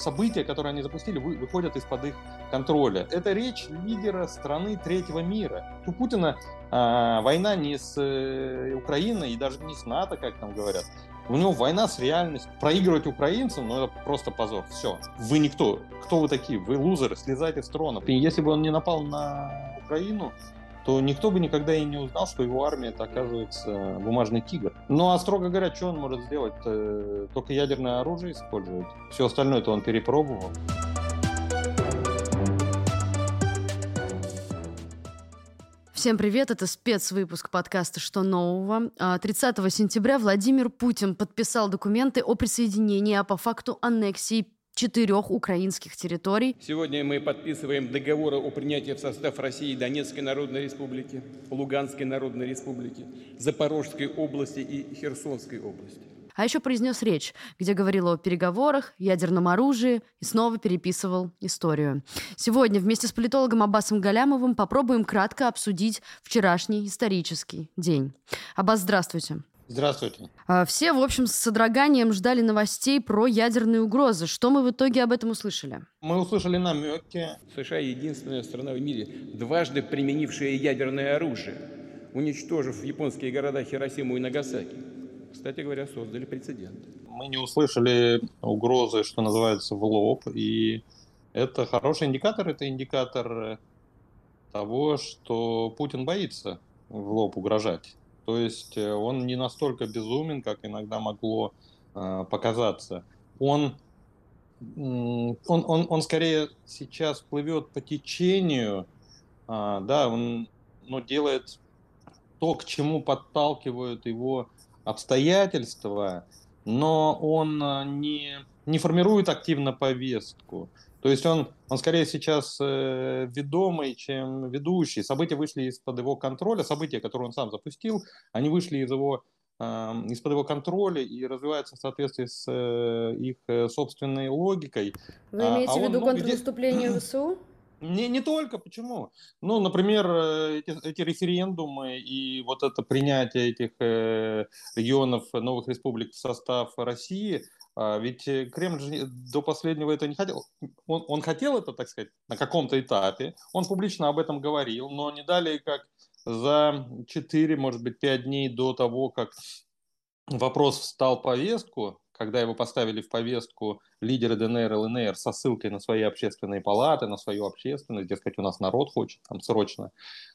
события, которые они запустили, выходят из-под их контроля. Это речь лидера страны третьего мира. У Путина война не с Украиной и даже не с НАТО, как там говорят. У него война с реальностью. Проигрывать украинцам, ну это просто позор. Все. Вы никто. Кто вы такие? Вы лузеры, слезайте с трона. И если бы он не напал на Украину, то никто бы никогда и не узнал, что его армия это, оказывается, бумажный тигр. Ну а строго говоря, что он может сделать? Только ядерное оружие использовать. Все остальное-то он перепробовал. Всем привет, это спецвыпуск подкаста «Что нового?». 30 сентября Владимир Путин подписал документы о присоединении, а по факту аннексии 4 украинских территорий. Сегодня мы подписываем договоры о принятии в состав России Донецкой Народной Республики, Луганской Народной Республики, Запорожской области и Херсонской области. А еще произнес речь, где говорил о переговорах, ядерном оружии и снова переписывал историю. Сегодня вместе с политологом Аббасом Галямовым попробуем кратко обсудить вчерашний исторический день. Аббас, здравствуйте. Здравствуйте. Все, в общем, с содроганием ждали новостей про ядерные угрозы. Что мы в итоге об этом услышали? Мы услышали намеки. США единственная страна в мире, дважды применившая ядерное оружие, уничтожив японские города Хиросиму и Нагасаки. Кстати говоря, создали прецедент. Мы не услышали угрозы, что называется, в лоб. И это хороший индикатор. Это индикатор того, что Путин боится в лоб угрожать. То есть он не настолько безумен, как иногда могло показаться. Он скорее сейчас плывет по течению, да, он делает то, к чему подталкивают его обстоятельства, но он не формирует активно повестку. То есть он скорее сейчас ведомый, чем ведущий. События вышли из-под его контроля, события, которые он сам запустил, они вышли из-под его контроля и развиваются в соответствии с их собственной логикой. Вы имеете в виду контрнаступление ВСУ? Не только, почему? Ну, например, эти референдумы и вот это принятие этих регионов, новых республик в состав России, ведь Кремль же до последнего это не хотел. Он хотел это, так сказать, на каком-то этапе, он публично об этом говорил, но не далее, как за 4, может быть, 5 дней до того, как вопрос встал в повестку, когда его поставили в повестку лидеры ДНР, ЛНР со ссылкой на свои общественные палаты, на свою общественность, дескать, у нас народ хочет там срочно.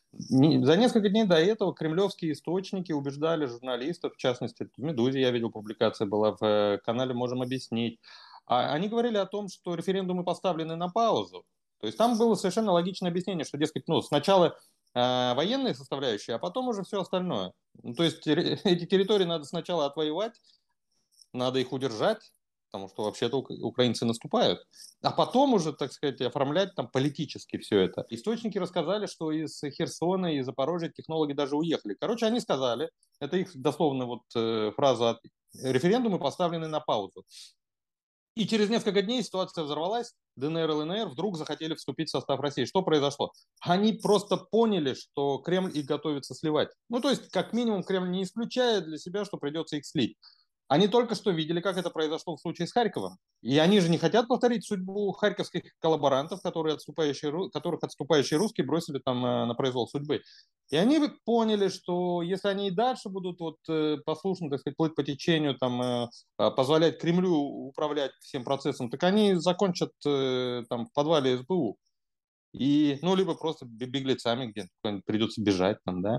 За несколько дней до этого кремлевские источники убеждали журналистов, в частности, в «Медузе» я видел, публикация была, в канале «Можем объяснить». Они говорили о том, что референдумы поставлены на паузу. То есть там было совершенно логичное объяснение, что, дескать, сначала военные составляющие, а потом уже все остальное. То есть эти территории надо сначала отвоевать, надо их удержать, потому что вообще-то украинцы наступают, а потом уже, так сказать, оформлять там политически все это. Источники рассказали, что из Херсона и Запорожья технологи даже уехали. Короче, они сказали, это их дословно фраза, референдумы поставлены на паузу. И через несколько дней ситуация взорвалась, ДНР и ЛНР вдруг захотели вступить в состав России. Что произошло? Они просто поняли, что Кремль их готовится сливать. То есть, как минимум, Кремль не исключает для себя, что придется их слить. Они только что видели, как это произошло в случае с Харьковом. И они же не хотят повторить судьбу харьковских коллаборантов, которых отступающие русские бросили там на произвол судьбы. И они поняли, что если они и дальше будут послушно, так сказать, плыть по течению, позволять Кремлю управлять всем процессом, так они закончат в подвале СБУ. И, либо просто беглецами, где придется бежать там, да.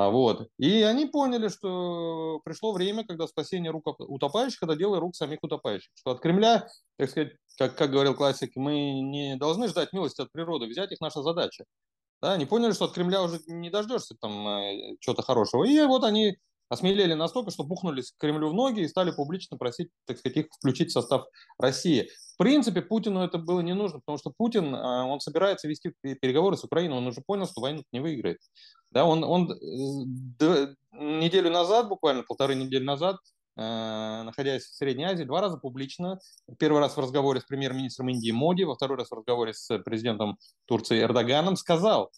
И они поняли, что пришло время, когда спасение рук утопающих, это дело рук самих утопающих. Что от Кремля, так сказать, как говорил классик, мы не должны ждать милости от природы, взять их наша задача. Да, они поняли, что от Кремля уже не дождешься чего-то хорошего. И они осмелели настолько, что бухнулись к Кремлю в ноги и стали публично просить, так сказать, их включить в состав России. В принципе, Путину это было не нужно, потому что Путин, он собирается вести переговоры с Украиной, он уже понял, что войну не выиграет. Да, он неделю назад, буквально 1,5 недели назад, находясь в Средней Азии, 2 раза публично, первый раз в разговоре с премьер-министром Индии Моди, во второй раз в разговоре с президентом Турции Эрдоганом, сказал,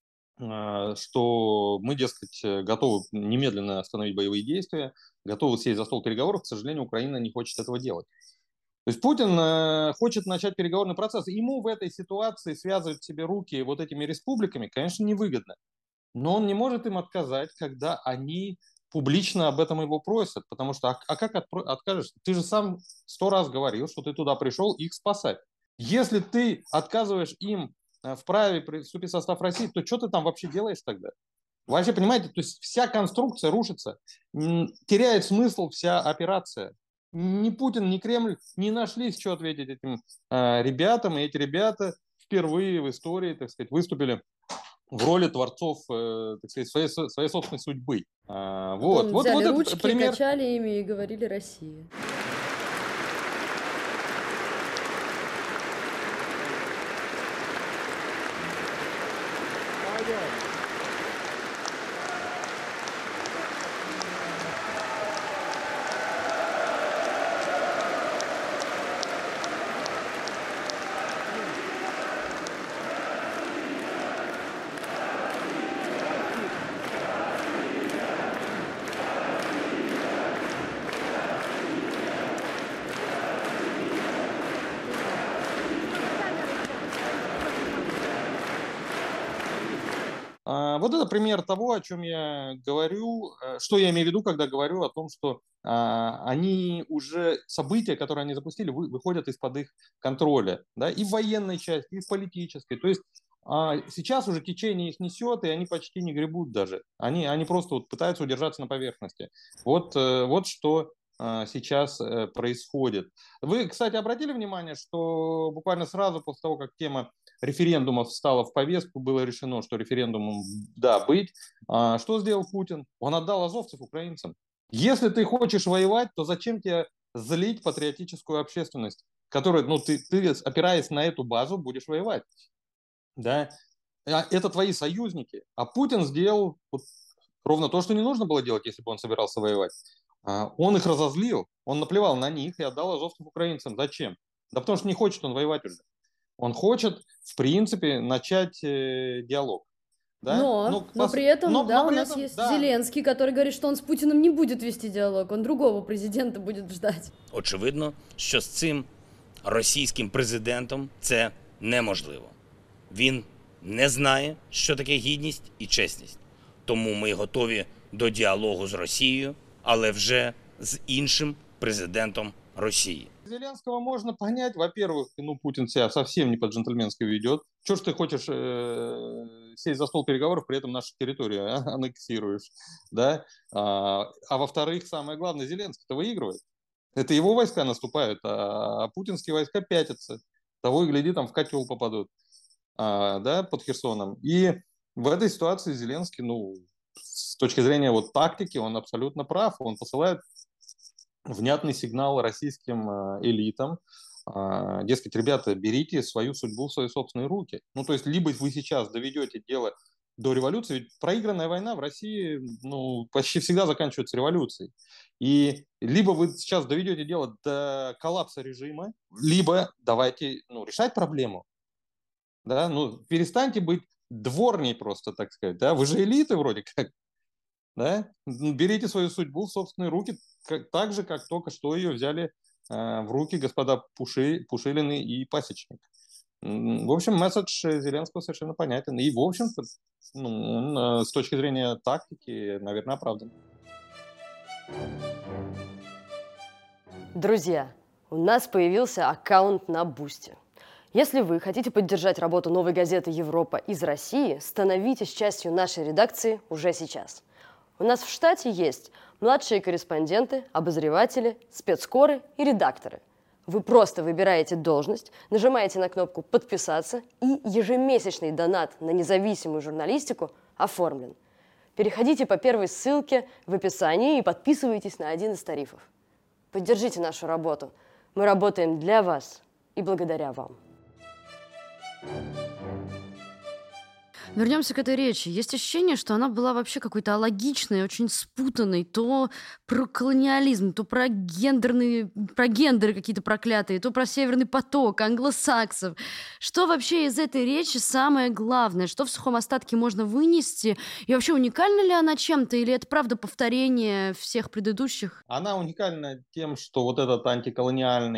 что мы, дескать, готовы немедленно остановить боевые действия, готовы сесть за стол переговоров. К сожалению, Украина не хочет этого делать. То есть Путин хочет начать переговорный процесс. Ему в этой ситуации связывать себе руки вот этими республиками, конечно, невыгодно. Но он не может им отказать, когда они публично об этом его просят. Потому что, как откажешь? Ты же сам 100 раз говорил, что ты туда пришел их спасать. Если ты отказываешь им в праве вступить в состав России, то что ты там вообще делаешь тогда? Вообще, понимаете, то есть вся конструкция рушится, теряет смысл вся операция. Ни Путин, ни Кремль не нашлись, что ответить этим ребятам, и эти ребята впервые в истории, так сказать, выступили в роли творцов, так сказать, своей собственной судьбы. Потом взяли вот ручки, этот пример. качали ими и говорили «Россия». Вот это пример того, о чем я говорю, что я имею в виду, когда говорю о том, что они уже, события, которые они запустили, выходят из-под их контроля, да, и в военной части, и в политической. То есть сейчас уже течение их несет, и они почти не гребут даже. Они просто вот пытаются удержаться на поверхности. Вот что сейчас происходит. Вы, кстати, обратили внимание, что буквально сразу после того, как тема референдумов встала в повестку, было решено, что референдумом, да, быть. Что сделал Путин? Он отдал азовцев украинцам. Если ты хочешь воевать, то зачем тебе злить патриотическую общественность, которая, ну, ты опираясь на эту базу, будешь воевать. Да? Это твои союзники. А Путин сделал вот ровно то, что не нужно было делать, если бы он собирался воевать. Он их разозлил, он наплевал на них и отдал азовцев украинцам. Зачем? Да потому что не хочет он воевать уже. Он хочет, в принципе, начать диалог. Да? Но при этом, да, у при нас этом, есть да. Зеленский, который говорит, что он с Путиным не будет вести диалог, он другого президента будет ждать. Очевидно, що з цим російським президентом це неможливо. Він не знає, що таке гідність і чесність. Тому ми готові до діалогу з Росією, але вже з іншим президентом Росії. Зеленского можно понять. Во-первых, ну, Путин себя совсем не по-джентльменски ведет. Чего ж ты хочешь сесть за стол переговоров, при этом нашу территорию аннексируешь, да? А во-вторых, самое главное, Зеленский-то выигрывает. Это его войска наступают, а путинские войска пятятся. Того и гляди, там в котел попадут, да, под Херсоном. И в этой ситуации Зеленский, ну, с точки зрения вот тактики, он абсолютно прав. Он посылает внятный сигнал российским элитам, дескать, ребята, берите свою судьбу в свои собственные руки. Ну, то есть, либо вы сейчас доведете дело до революции, ведь проигранная война в России, ну, почти всегда заканчивается революцией. И либо вы сейчас доведете дело до коллапса режима, либо давайте, ну, решать проблему. Да? Ну, перестаньте быть дворней просто, так сказать. Да? Вы же элиты вроде как. Да? Берите свою судьбу в собственные руки, так же, как только что ее взяли в руки господа Пушилины и Пасечник. В общем, месседж Зеленского совершенно понятен. И, в общем-то, ну, он с точки зрения тактики, наверное, оправдан. Друзья, у нас появился аккаунт на Бусти. Если вы хотите поддержать работу «Новой газеты Европа» из России, становитесь частью нашей редакции уже сейчас. У нас в штате есть младшие корреспонденты, обозреватели, спецкоры и редакторы. Вы просто выбираете должность, нажимаете на кнопку «Подписаться» и ежемесячный донат на независимую журналистику оформлен. Переходите по первой ссылке в описании и подписывайтесь на один из тарифов. Поддержите нашу работу. Мы работаем для вас и благодаря вам. Вернемся к этой речи. Есть ощущение, что она была вообще какой-то алогичной, очень спутанной. То про колониализм, то про гендеры какие-то проклятые, то про Северный поток, англосаксов. Что вообще из этой речи самое главное? Что в сухом остатке можно вынести? И вообще уникальна ли она чем-то? Или это правда повторение всех предыдущих? Она уникальна тем, что вот этот антиколониальный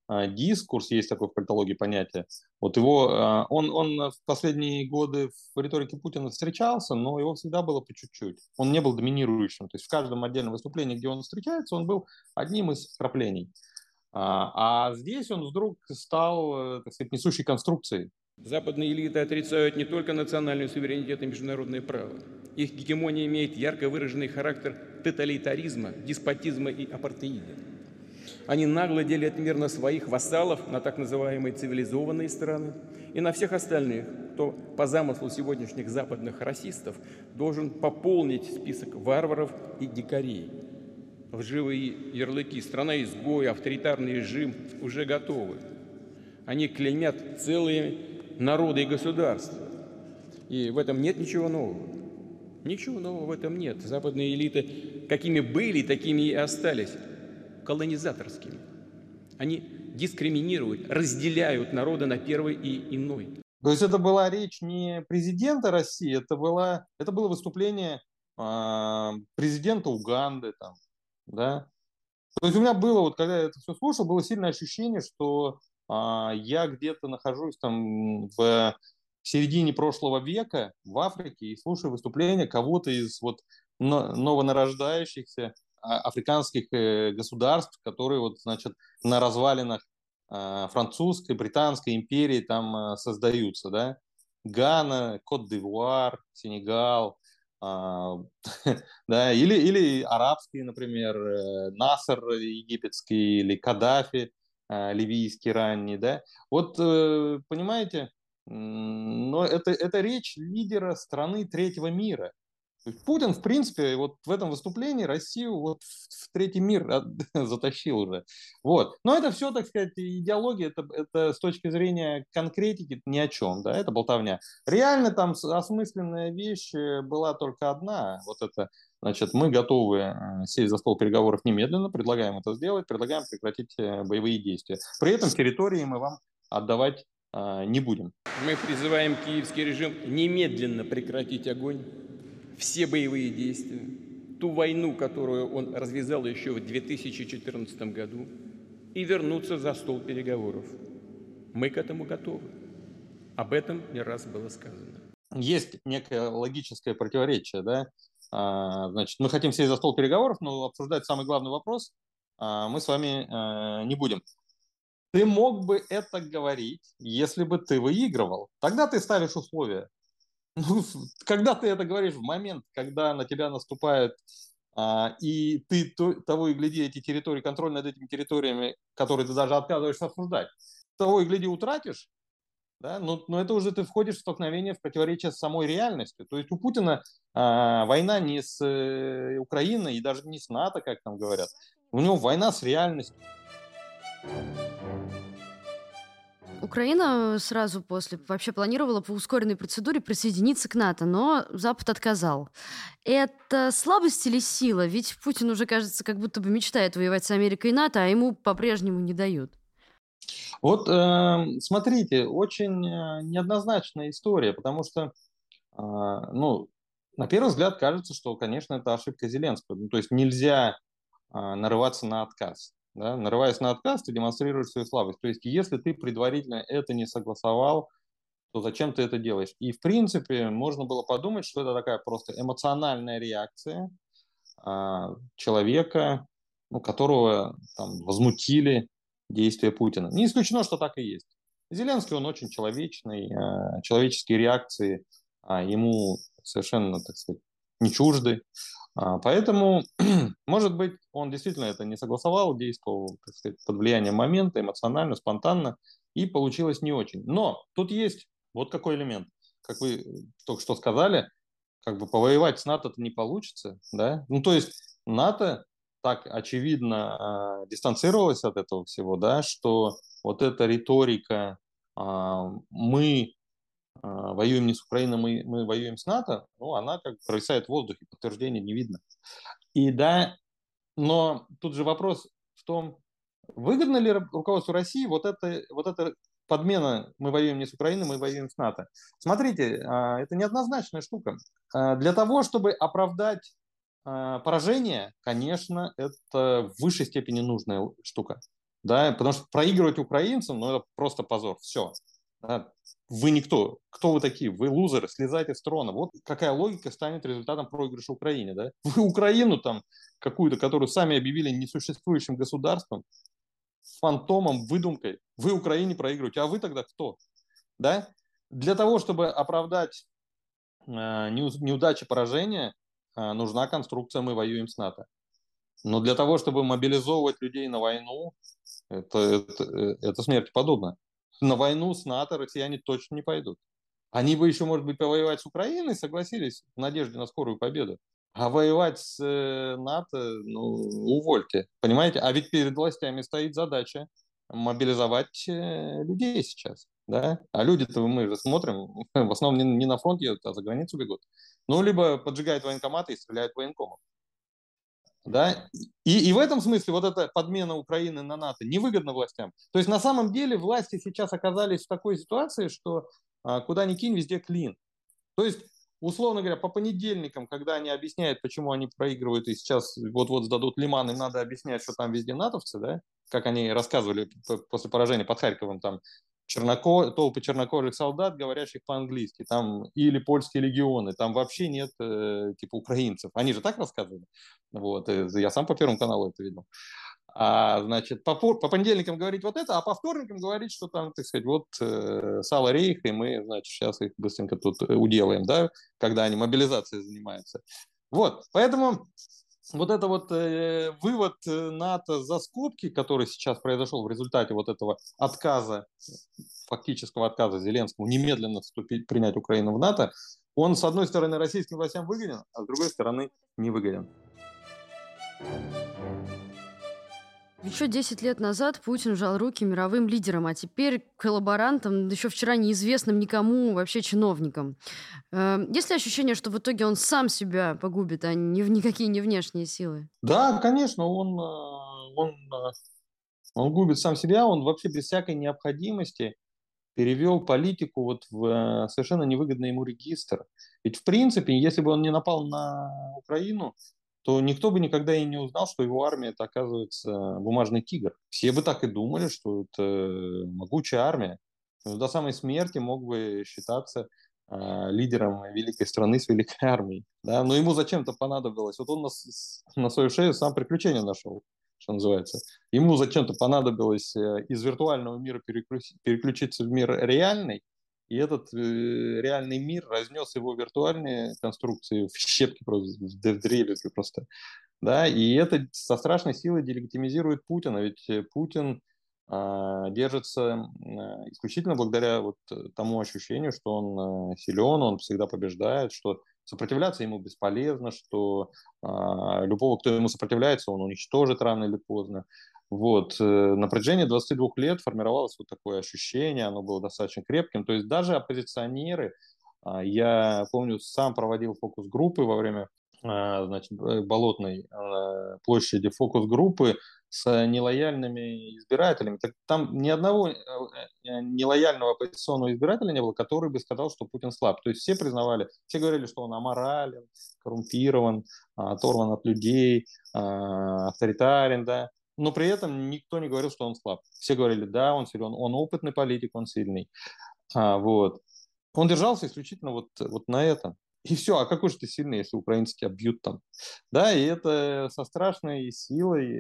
дискурс, есть такое в политологии понятие. Вот его, он в последние годы в риторике Путина встречался, но его всегда было по чуть-чуть. Он не был доминирующим. То есть в каждом отдельном выступлении, где он встречается, он был одним из вкраплений. А здесь он вдруг стал, так сказать, несущей конструкцией. Западные элиты отрицают не только национальный суверенитет и международное право. Их гегемония имеет ярко выраженный характер тоталитаризма, деспотизма и апартеида. Они нагло делят мир на своих вассалов, на так называемые цивилизованные страны, и на всех остальных, кто по замыслу сегодняшних западных расистов должен пополнить список варваров и дикарей. Лживые ярлыки «страна-изгой», «авторитарный режим» уже готовы. Они клеймят целые народы и государства. И в этом нет ничего нового. Ничего нового в этом нет. Западные элиты, какими были, такими и остались, колонизаторскими. Они дискриминируют, разделяют народы на первый и иной. То есть это была речь не президента России, это было выступление президента Уганды, там, да. То есть у меня было, вот когда я это все слушал, было сильное ощущение, что я где-то нахожусь там в середине прошлого века в Африке и слушаю выступление кого-то из вот новонарождающихся африканских государств, которые вот, значит, на развалинах французской, британской империи там создаются, да. Гана, Кот-д'Ивуар, Сенегал, да, или арабские, например, Насер египетский или Каддафи ливийский ранний, да. Вот, понимаете, но это речь лидера страны третьего мира. То есть Путин, в принципе, вот в этом выступлении Россию вот в третий мир затащил уже. Вот. Но это все, так сказать, идеология, это с точки зрения конкретики ни о чем, да, это болтовня. Реально там осмысленная вещь была только одна, вот это, значит, мы готовы сесть за стол переговоров немедленно, предлагаем это сделать, предлагаем прекратить боевые действия. При этом территории мы вам отдавать не будем. Мы призываем киевский режим немедленно прекратить огонь, все боевые действия, ту войну, которую он развязал еще в 2014 году, и вернуться за стол переговоров. Мы к этому готовы. Об этом не раз было сказано. Есть некое логическое противоречие, да? Значит, мы хотим сесть за стол переговоров, но обсуждать самый главный вопрос мы с вами не будем. Ты мог бы это говорить, если бы ты выигрывал. Тогда ты ставишь условия. Ну, когда ты это говоришь в момент, когда на тебя наступает, и ты того и гляди, эти территории, контроль над этими территориями, которые ты даже отказываешься обсуждать, того и гляди утратишь, да? Но это уже ты входишь в столкновение, в противоречие с самой реальностью. То есть у Путина война не с Украиной и даже не с НАТО, как там говорят. У него война с реальностью. Украина сразу после вообще планировала по ускоренной процедуре присоединиться к НАТО, но Запад отказал. Это слабость или сила? Ведь Путин уже, кажется, как будто бы мечтает воевать с Америкой и НАТО, а ему по-прежнему не дают. Вот смотрите, очень неоднозначная история, потому что, ну, на первый взгляд кажется, что, конечно, это ошибка Зеленского. Ну, то есть нельзя нарываться на отказ. Да? Нарываясь на отказ, ты демонстрируешь свою слабость. То есть если ты предварительно это не согласовал, то зачем ты это делаешь? И, в принципе, можно было подумать, что это такая просто эмоциональная реакция человека, ну, которого там возмутили действия Путина. Не исключено, что так и есть. Зеленский, он очень человечный, человеческие реакции ему совершенно, так сказать, не чужды. Поэтому, может быть, он действительно это не согласовал, действовал, так сказать, под влиянием момента, эмоционально, спонтанно, и получилось не очень. Но тут есть вот какой элемент. Как вы только что сказали, как бы повоевать с НАТО-то не получится, да? Ну, то есть НАТО так очевидно дистанцировалось от этого всего, да, что вот эта риторика «мы воюем не с Украиной, мы воюем с НАТО», ну, она как провисает в воздухе, подтверждения не видно. И да, но тут же вопрос в том, выгодно ли руководству России вот это подмена «мы воюем не с Украиной, мы воюем с НАТО». Смотрите, это неоднозначная штука. Для того, чтобы оправдать поражение, конечно, это в высшей степени нужная штука. Да, потому что проигрывать украинцам, ну, это просто позор. Все. Да. Вы никто. Кто вы такие? Вы лузеры, слезайте с трона. Вот какая логика станет результатом проигрыша Украине. Да? Вы Украину там какую-то, которую сами объявили несуществующим государством, фантомом, выдумкой. Вы Украине проигрываете. А вы тогда кто? Да? Для того, чтобы оправдать неудачи, поражения, нужна конструкция «мы воюем с НАТО». Но для того, чтобы мобилизовывать людей на войну, это смерти подобно. На войну с НАТО россияне точно не пойдут. Они бы еще, может быть, повоевать с Украиной согласились в надежде на скорую победу. А воевать с НАТО, ну, увольте. Понимаете? А ведь перед властями стоит задача мобилизовать людей сейчас. Да? А люди-то мы же смотрим, в основном не на фронт едут, а за границу бегут. Ну, либо поджигают военкоматы и стреляют в военкомов. Да? И в этом смысле вот эта подмена Украины на НАТО невыгодна властям. То есть на самом деле власти сейчас оказались в такой ситуации, что куда ни кинь, везде клин. То есть, условно говоря, по понедельникам, когда они объясняют, почему они проигрывают, и сейчас вот-вот сдадут Лиман, им надо объяснять, что там везде натовцы, да, как они рассказывали после поражения под Харьковом, там толпы чернокожих солдат, говорящих по-английски, там или польские легионы, там вообще нет типа украинцев. Они же так рассказывали. Вот, я сам по Первому каналу это видел. Значит, по понедельникам говорить вот это, а по вторникам говорить, что там, так сказать, вот сало рейх, и мы, значит, сейчас их быстренько тут уделаем, да, когда они мобилизацией занимаются. Вот, поэтому вот это вот вывод НАТО за скобки, который сейчас произошел в результате вот этого отказа, фактического отказа Зеленскому немедленно принять Украину в НАТО, он, с одной стороны, российским властям выгоден, а с другой стороны, не выгоден. Еще 10 лет назад Путин жал руки мировым лидерам, а теперь коллаборантам, еще вчера неизвестным никому вообще чиновникам. Есть ли ощущение, что в итоге он сам себя погубит, а никакие не внешние силы? Да, конечно, он губит сам себя, он вообще без всякой необходимости перевел политику вот в совершенно невыгодный ему регистр. Ведь, в принципе, если бы он не напал на Украину, то никто бы никогда и не узнал, что его армия – это, оказывается, бумажный тигр. Все бы так и думали, что это могучая армия. До самой смерти мог бы считаться лидером великой страны с великой армией. Да? Но ему зачем-то понадобилось. Вот он на свою шею сам приключения нашел, что называется. Ему зачем-то понадобилось из виртуального мира переключиться в мир реальный, и этот реальный мир разнес его виртуальные конструкции в щепки, просто, в дребезги просто. Да? И это со страшной силой делегитимизирует Путина, ведь Путин держится исключительно благодаря вот тому ощущению, что он силен, он всегда побеждает, что сопротивляться ему бесполезно, что любого, кто ему сопротивляется, он уничтожит рано или поздно. Вот. На протяжении 22 лет формировалось вот такое ощущение, оно было достаточно крепким. То есть даже оппозиционеры, я помню, сам проводил фокус-группы во время значит, Болотной площади, фокус-группы с нелояльными избирателями. Там ни одного нелояльного оппозиционного избирателя не было, который бы сказал, что Путин слаб. То есть все признавали, все говорили, что он аморален, коррумпирован, оторван от людей, авторитарен, да. Но при этом никто не говорил, что он слаб. Все говорили, да, он силен, он опытный политик, он сильный. Вот. Он держался исключительно вот на этом. И все, а какой же ты сильный, если украинцы тебя бьют там? Да, и это со страшной силой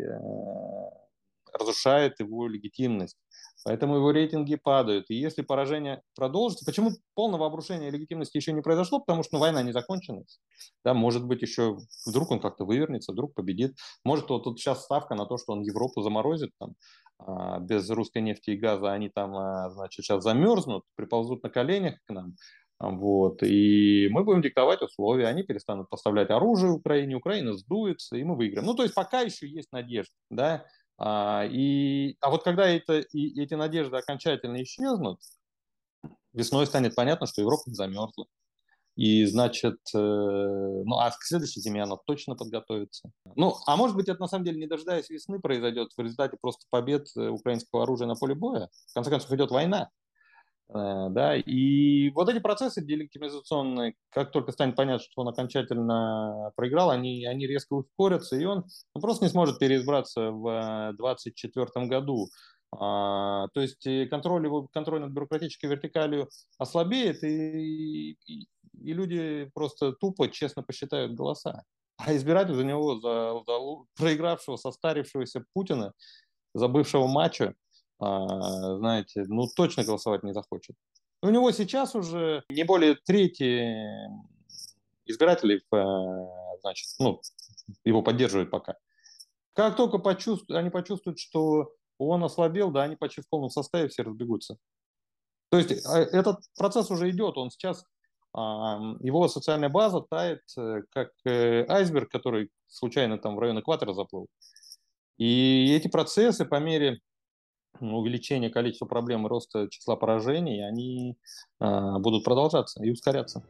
разрушает его легитимность. Поэтому его рейтинги падают. И если поражение продолжится, почему полного обрушения легитимности еще не произошло? Потому что война не закончилась. Да, может быть, еще вдруг он как-то вывернется, вдруг победит. Может, вот тут сейчас ставка на то, что он Европу заморозит там, без русской нефти и газа, они там, значит, сейчас замерзнут, приползут на коленях к нам. Вот, и мы будем диктовать условия, они перестанут поставлять оружие Украине, Украина сдуется, и мы выиграем. Ну, то есть пока еще есть надежда, да. А вот когда эти надежды окончательно исчезнут, весной станет понятно, что Европа замерзла. И, значит, ну, а к следующей зиме она точно подготовится. Ну, а может быть, это на самом деле, не дожидаясь весны, произойдет в результате просто побед украинского оружия на поле боя. В конце концов, идет война. Да, и вот эти процессы делегитимизационные, как только станет понятно, что он окончательно проиграл, они резко ускорятся, и он просто не сможет переизбраться в 2024 году. То есть контроль над бюрократической вертикалью ослабеет, и люди просто тупо, честно посчитают голоса. А избиратель за него, за проигравшего, состарившегося Путина, за бывшего мачо, знаете, ну точно голосовать не захочет. У него сейчас уже не более трети избирателей, значит, ну, его поддерживают пока. Как только они почувствуют, что он ослабел, да, они почти в полном составе все разбегутся. То есть этот процесс уже идет, он сейчас, его социальная база тает, как айсберг, который случайно там в район экватора заплыл. И эти процессы по мере увеличения количества проблем и роста числа поражений, они будут продолжаться и ускоряться.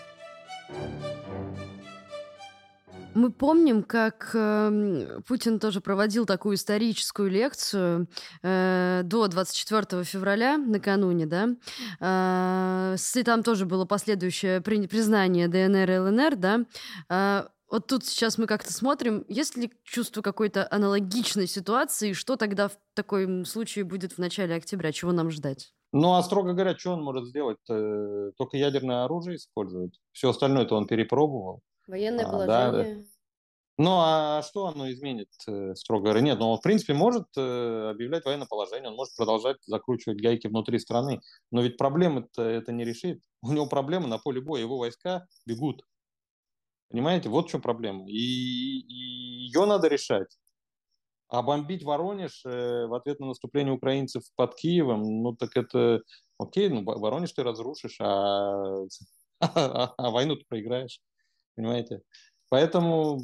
Мы помним, как Путин тоже проводил такую историческую лекцию до 24 февраля, накануне, да. Там тоже было последующее признание ДНР и ЛНР, да. Вот тут сейчас мы как-то смотрим, есть ли чувство какой-то аналогичной ситуации, что тогда в таком случае будет в начале октября, чего нам ждать? Ну, а строго говоря, что он может сделать? Только ядерное оружие использовать. Все остальное-то он перепробовал. Военное положение. Да. Ну, а что оно изменит, строго говоря? Нет, он, в принципе, может объявлять военное положение, он может продолжать закручивать гайки внутри страны. Но ведь проблемы это не решит. У него проблемы на поле боя, его войска бегут. Понимаете, вот в чем проблема. И ее надо решать. А бомбить Воронеж в ответ на наступление украинцев под Киевом, ну так это окей, ну Воронеж ты разрушишь, а войну ты проиграешь. Понимаете? Поэтому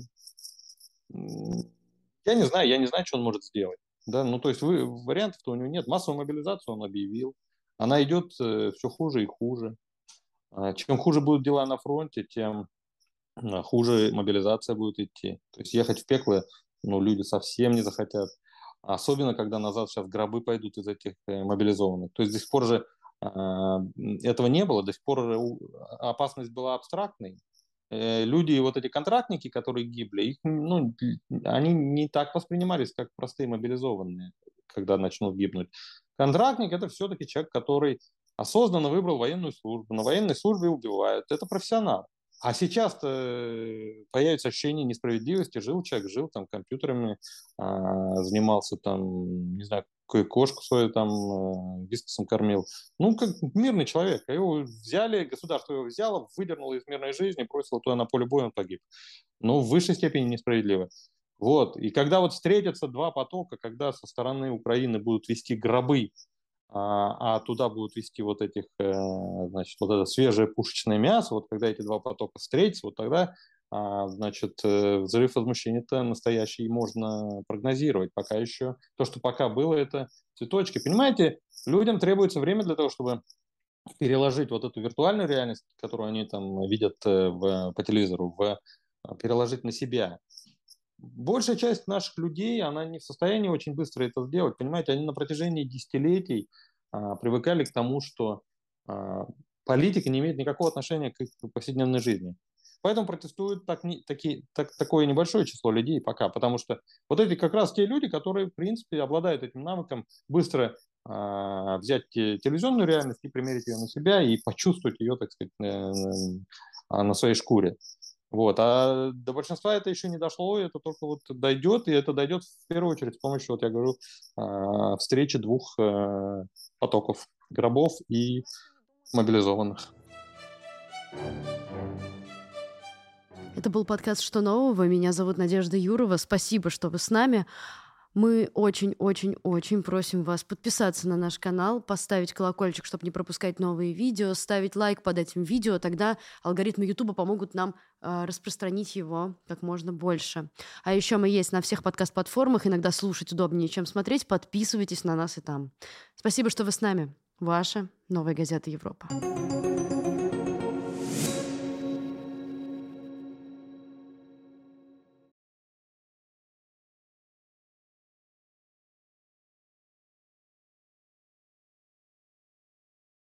я не знаю, что он может сделать. Да? Ну, то есть вариантов-то у него нет. Массовую мобилизацию он объявил. Она идет все хуже и хуже. Чем хуже будут дела на фронте, тем хуже мобилизация будет идти. То есть ехать в пекло, ну, люди совсем не захотят. Особенно, когда назад сейчас гробы пойдут из этих мобилизованных. То есть до сих пор же этого не было, до сих пор опасность была абстрактной. Люди, вот эти контрактники, которые гибли, их, ну, они не так воспринимались, как простые мобилизованные, когда начнут гибнуть. Контрактник – это все-таки человек, который осознанно выбрал военную службу. На военной службе убивают. Это профессионал. А сейчас-то появится ощущение несправедливости. Жил человек, жил там компьютерами, занимался там, не знаю, кошку свою там вискосом кормил. Ну, как мирный человек. А его взяли, государство его взяло, выдернуло из мирной жизни, бросило туда на поле боя, он погиб. Ну, в высшей степени несправедливо. Вот. И когда вот встретятся два потока, когда со стороны Украины будут вести гробы, а туда будут вести вот этих, значит, вот это свежее пушечное мясо, вот когда эти два потока встретятся, вот тогда, значит, взрыв возмущения-то настоящий можно прогнозировать. Пока еще то, что пока было, это цветочки. Понимаете, людям требуется время для того, чтобы переложить вот эту виртуальную реальность, которую они там видят по телевизору, переложить на себя. Большая часть наших людей, она не в состоянии очень быстро это сделать. Понимаете, они на протяжении десятилетий привыкали к тому, что политика не имеет никакого отношения к их повседневной жизни. Поэтому протестуют такое небольшое число людей пока, потому что вот эти как раз те люди, которые, в принципе, обладают этим навыком быстро взять телевизионную реальность и примерить ее на себя и почувствовать ее, так сказать, на своей шкуре. Вот. А до большинства это еще не дошло, это только вот дойдет, и это дойдет в первую очередь с помощью, вот я говорю, встречи двух потоков гробов и мобилизованных. Это был подкаст «Что нового?». Меня зовут Надежда Юрова. Спасибо, что вы с нами. Мы очень-очень-очень просим вас подписаться на наш канал, поставить колокольчик, чтобы не пропускать новые видео, ставить лайк под этим видео, тогда алгоритмы Ютуба помогут нам распространить его как можно больше. А еще мы есть на всех подкаст-платформах, иногда слушать удобнее, чем смотреть. Подписывайтесь на нас и там. Спасибо, что вы с нами. Ваша Новая газета Европа.